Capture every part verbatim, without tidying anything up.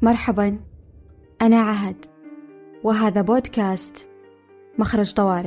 مرحبا، أنا عهد، وهذا بودكاست مخرج طوارئ.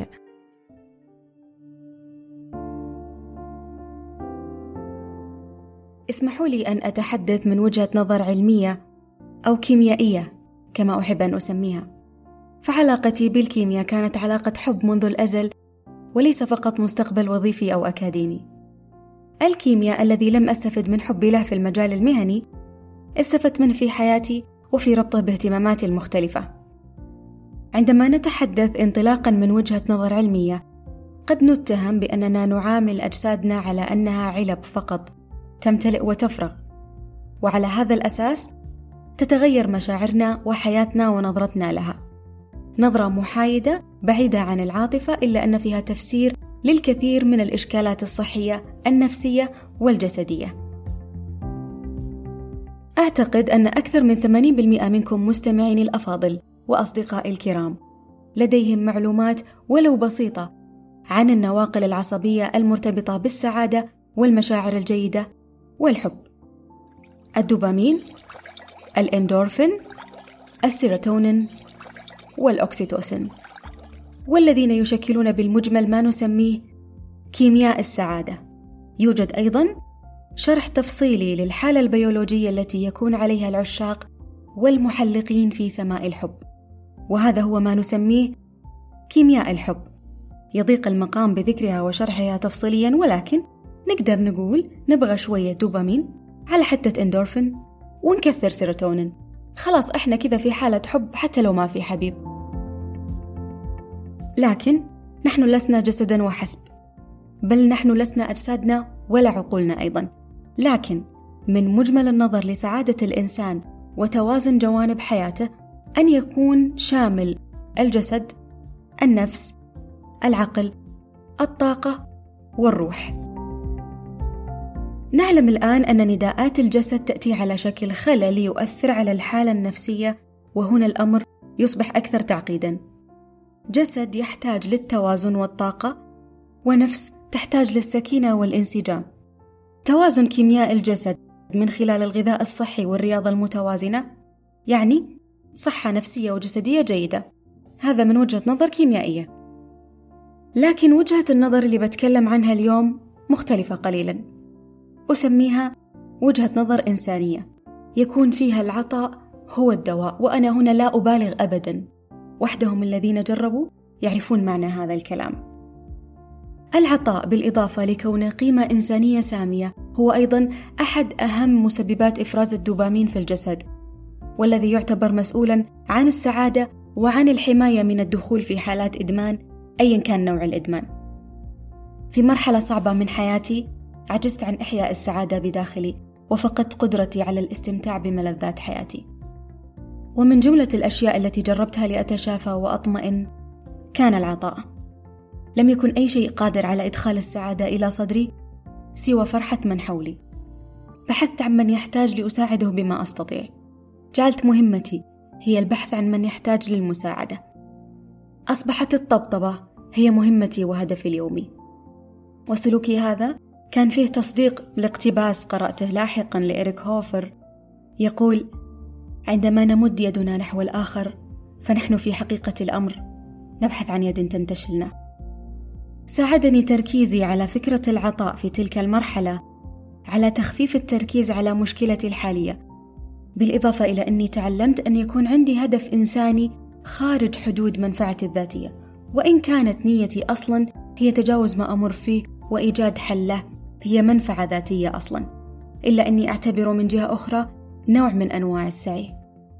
اسمحوا لي أن أتحدث من وجهة نظر علمية أو كيميائية كما أحب أن أسميها. فعلاقتي بالكيمياء كانت علاقة حب منذ الأزل، وليس فقط مستقبل وظيفي أو أكاديمي. الكيمياء الذي لم أستفد من حبي له في المجال المهني، استفدت منه في حياتي وفي ربطه باهتماماتي المختلفة. عندما نتحدث انطلاقا من وجهة نظر علمية، قد نتهم بأننا نعامل أجسادنا على أنها علب فقط تمتلئ وتفرغ، وعلى هذا الأساس تتغير مشاعرنا وحياتنا ونظرتنا لها، نظرة محايدة بعيدة عن العاطفة، إلا أن فيها تفسير للكثير من الإشكالات الصحية النفسية والجسدية. أعتقد أن أكثر من ثمانين بالمئة منكم مستمعين الأفاضل وأصدقائي الكرام لديهم معلومات ولو بسيطة عن النواقل العصبية المرتبطة بالسعادة والمشاعر الجيدة والحب: الدوبامين، الإندورفين، السيروتونين والأكسيتوسين، والذين يشكلون بالمجمل ما نسميه كيمياء السعادة. يوجد أيضاً شرح تفصيلي للحالة البيولوجية التي يكون عليها العشاق والمحلقين في سماء الحب، وهذا هو ما نسميه كيمياء الحب. يضيق المقام بذكرها وشرحها تفصيلياً، ولكن نقدر نقول نبغى شوية دوبامين على حتة إندورفين ونكثر سيروتونين، خلاص إحنا كذا في حالة حب حتى لو ما في حبيب. لكن نحن لسنا جسداً وحسب، بل نحن لسنا أجسادنا ولا عقولنا أيضاً. لكن من مجمل النظر لسعادة الإنسان وتوازن جوانب حياته أن يكون شامل الجسد، النفس، العقل، الطاقة والروح. نعلم الآن أن نداءات الجسد تأتي على شكل خلل يؤثر على الحالة النفسية، وهنا الأمر يصبح أكثر تعقيداً. جسد يحتاج للتوازن والطاقة، ونفس تحتاج للسكينة والانسجام. توازن كيمياء الجسد من خلال الغذاء الصحي والرياضة المتوازنة يعني صحة نفسية وجسدية جيدة، هذا من وجهة نظر كيميائية. لكن وجهة النظر اللي بتكلم عنها اليوم مختلفة قليلاً، أسميها وجهة نظر إنسانية، يكون فيها العطاء هو الدواء، وأنا هنا لا أبالغ أبداً، وحدهم الذين جربوا يعرفون معنى هذا الكلام. العطاء بالإضافة لكونه قيمة إنسانية سامية هو أيضاً أحد أهم مسببات إفراز الدوبامين في الجسد، والذي يعتبر مسؤولاً عن السعادة وعن الحماية من الدخول في حالات إدمان أياً كان نوع الإدمان. في مرحلة صعبة من حياتي عجزت عن إحياء السعادة بداخلي، وفقدت قدرتي على الاستمتاع بملذات حياتي. ومن جملة الأشياء التي جربتها لأتشافى وأطمئن كان العطاء. لم يكن أي شيء قادر على إدخال السعادة إلى صدري سوى فرحة من حولي. بحثت عن من يحتاج لأساعده بما أستطيع. جعلت مهمتي هي البحث عن من يحتاج للمساعدة. أصبحت الطبطبة هي مهمتي وهدفي اليومي. وسلوكي هذا كان فيه تصديق لاقتباس قرأته لاحقا لإريك هوفر يقول: عندما نمد يدنا نحو الآخر فنحن في حقيقة الأمر نبحث عن يد تنتشلنا. ساعدني تركيزي على فكرة العطاء في تلك المرحلة على تخفيف التركيز على مشكلتي الحالية، بالإضافة إلى أني تعلمت أن يكون عندي هدف إنساني خارج حدود منفعتي الذاتية، وإن كانت نيتي أصلا هي تجاوز ما أمر فيه وإيجاد حل له، هي منفعة ذاتية أصلا، إلا أني أعتبره من جهة أخرى نوع من أنواع السعي.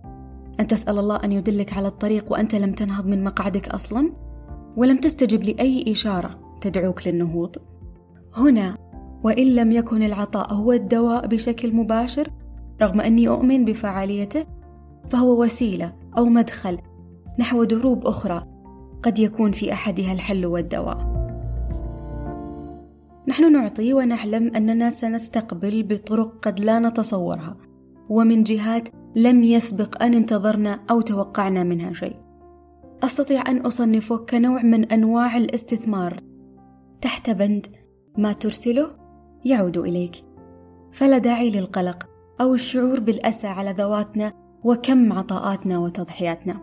أن تسأل الله أن يدلك على الطريق وأنت لم تنهض من مقعدك أصلا، ولم تستجب لأي إشارة تدعوك للنهوض. هنا وإن لم يكن العطاء هو الدواء بشكل مباشر، رغم أني أؤمن بفعاليته، فهو وسيلة أو مدخل نحو دروب أخرى قد يكون في أحدها الحل والدواء. نحن نعطي ونعلم أننا سنستقبل بطرق قد لا نتصورها، ومن جهات لم يسبق أن انتظرنا أو توقعنا منها شيء. أستطيع أن أصنفه كنوع من أنواع الاستثمار تحت بند ما ترسله يعود إليك، فلا داعي للقلق أو الشعور بالأسى على ذواتنا وكم عطاءاتنا وتضحياتنا.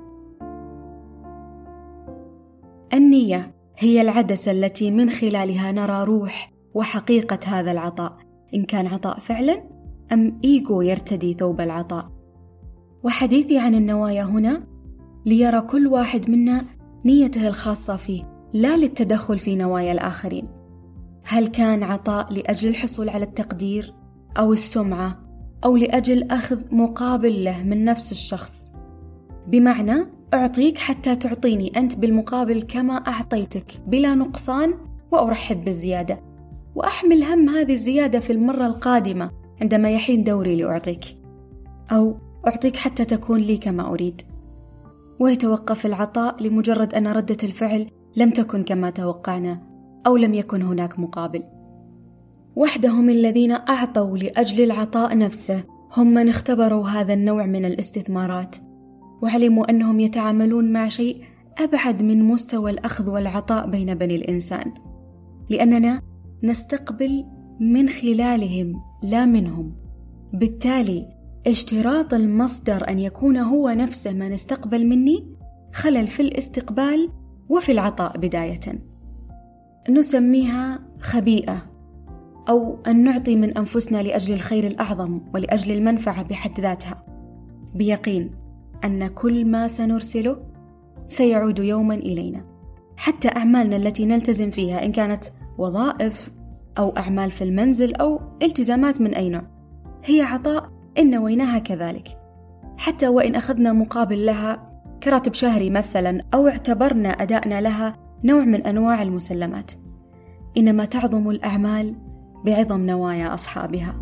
النية هي العدسة التي من خلالها نرى روح وحقيقة هذا العطاء، إن كان عطاء فعلا أم إيجو يرتدي ثوب العطاء. وحديثي عن النوايا هنا ليرى كل واحد منا نيته الخاصة فيه، لا للتدخل في نوايا الآخرين. هل كان عطاء لأجل الحصول على التقدير أو السمعة، أو لأجل أخذ مقابل له من نفس الشخص؟ بمعنى أعطيك حتى تعطيني أنت بالمقابل كما أعطيتك بلا نقصان، وأرحب بالزيادة، وأحمل هم هذه الزيادة في المرة القادمة عندما يحين دوري لأعطيك، أو أعطيك حتى تكون لي كما أريد. ويتوقف العطاء لمجرد أن ردة الفعل لم تكن كما توقعنا، أو لم يكن هناك مقابل. وحدهم الذين أعطوا لأجل العطاء نفسه هم من اختبروا هذا النوع من الاستثمارات، وعلموا أنهم يتعاملون مع شيء أبعد من مستوى الأخذ والعطاء بين بني الإنسان، لأننا نستقبل من خلالهم لا منهم. بالتالي اشتراط المصدر أن يكون هو نفسه من استقبل مني خلل في الاستقبال وفي العطاء بداية. نسميها خبيئة، أو أن نعطي من أنفسنا لأجل الخير الأعظم ولأجل المنفعة بحد ذاتها، بيقين أن كل ما سنرسله سيعود يوما إلينا. حتى أعمالنا التي نلتزم فيها، إن كانت وظائف أو أعمال في المنزل أو التزامات من أي نوع، هي عطاء إن نويناها كذلك. حتى وإن أخذنا مقابل لها كراتب شهري مثلا، أو اعتبرنا أدائنا لها نوع من أنواع المسلمات، إنما تعظم الأعمال بعظم نوايا أصحابها.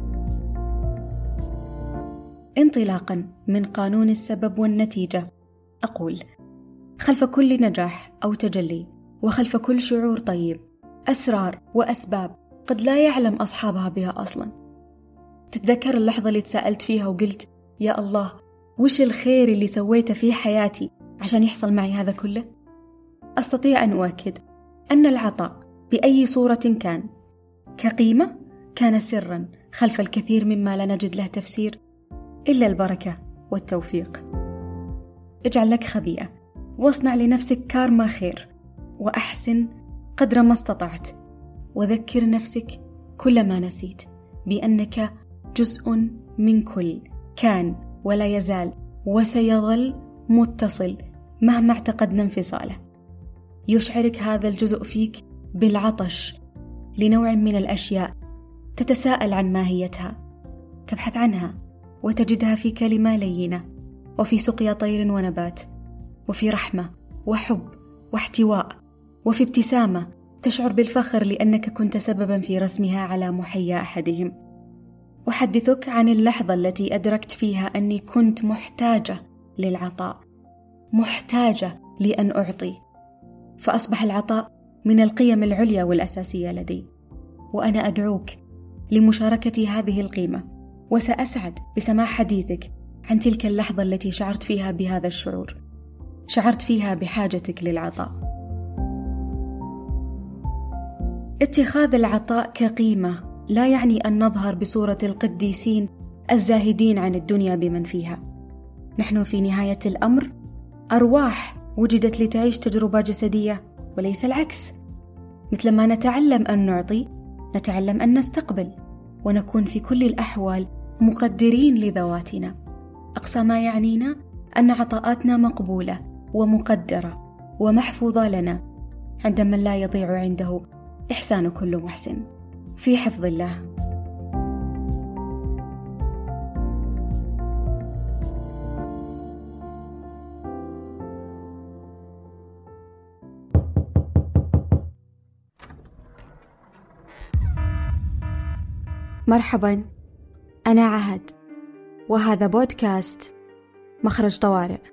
انطلاقا من قانون السبب والنتيجة، أقول: خلف كل نجاح أو تجلي، وخلف كل شعور طيب، أسرار وأسباب قد لا يعلم أصحابها بها أصلا. تتذكر اللحظة اللي تساءلت فيها وقلت: يا الله، وش الخير اللي سويته في حياتي عشان يحصل معي هذا كله؟ أستطيع أن أؤكد أن العطاء بأي صورة كان، كقيمة، كان سرا خلف الكثير مما لا نجد له تفسير إلا البركة والتوفيق. اجعل لك خبيئة، واصنع لنفسك كارما خير، وأحسن قدر ما استطعت، وذكر نفسك كلما نسيت بأنك جزء من كل كان ولا يزال وسيظل متصل مهما اعتقدنا انفصاله. يشعرك هذا الجزء فيك بالعطش لنوع من الأشياء، تتساءل عن ماهيتها، تبحث عنها وتجدها في كلمة لينة، وفي سقيا طير ونبات، وفي رحمة وحب واحتواء، وفي ابتسامة تشعر بالفخر لأنك كنت سببا في رسمها على محيا أحدهم. أحدثك عن اللحظة التي أدركت فيها أني كنت محتاجة للعطاء، محتاجة لأن أعطي، فأصبح العطاء من القيم العليا والأساسية لدي. وأنا أدعوك لمشاركة هذه القيمة، وسأسعد بسماع حديثك عن تلك اللحظة التي شعرت فيها بهذا الشعور، شعرت فيها بحاجتك للعطاء. اتخاذ العطاء كقيمة لا يعني أن نظهر بصورة القديسين الزاهدين عن الدنيا بمن فيها. نحن في نهاية الأمر أرواح وجدت لتعيش تجربة جسدية وليس العكس. مثلما نتعلم أن نعطي، نتعلم أن نستقبل، ونكون في كل الأحوال مقدرين لذواتنا. أقصى ما يعنينا أن عطاءاتنا مقبولة ومقدرة ومحفوظة لنا عند من لا يضيع عنده إحسان كل محسن. في حفظ الله. مرحبا، أنا عهد، وهذا بودكاست مخرج طوارئ.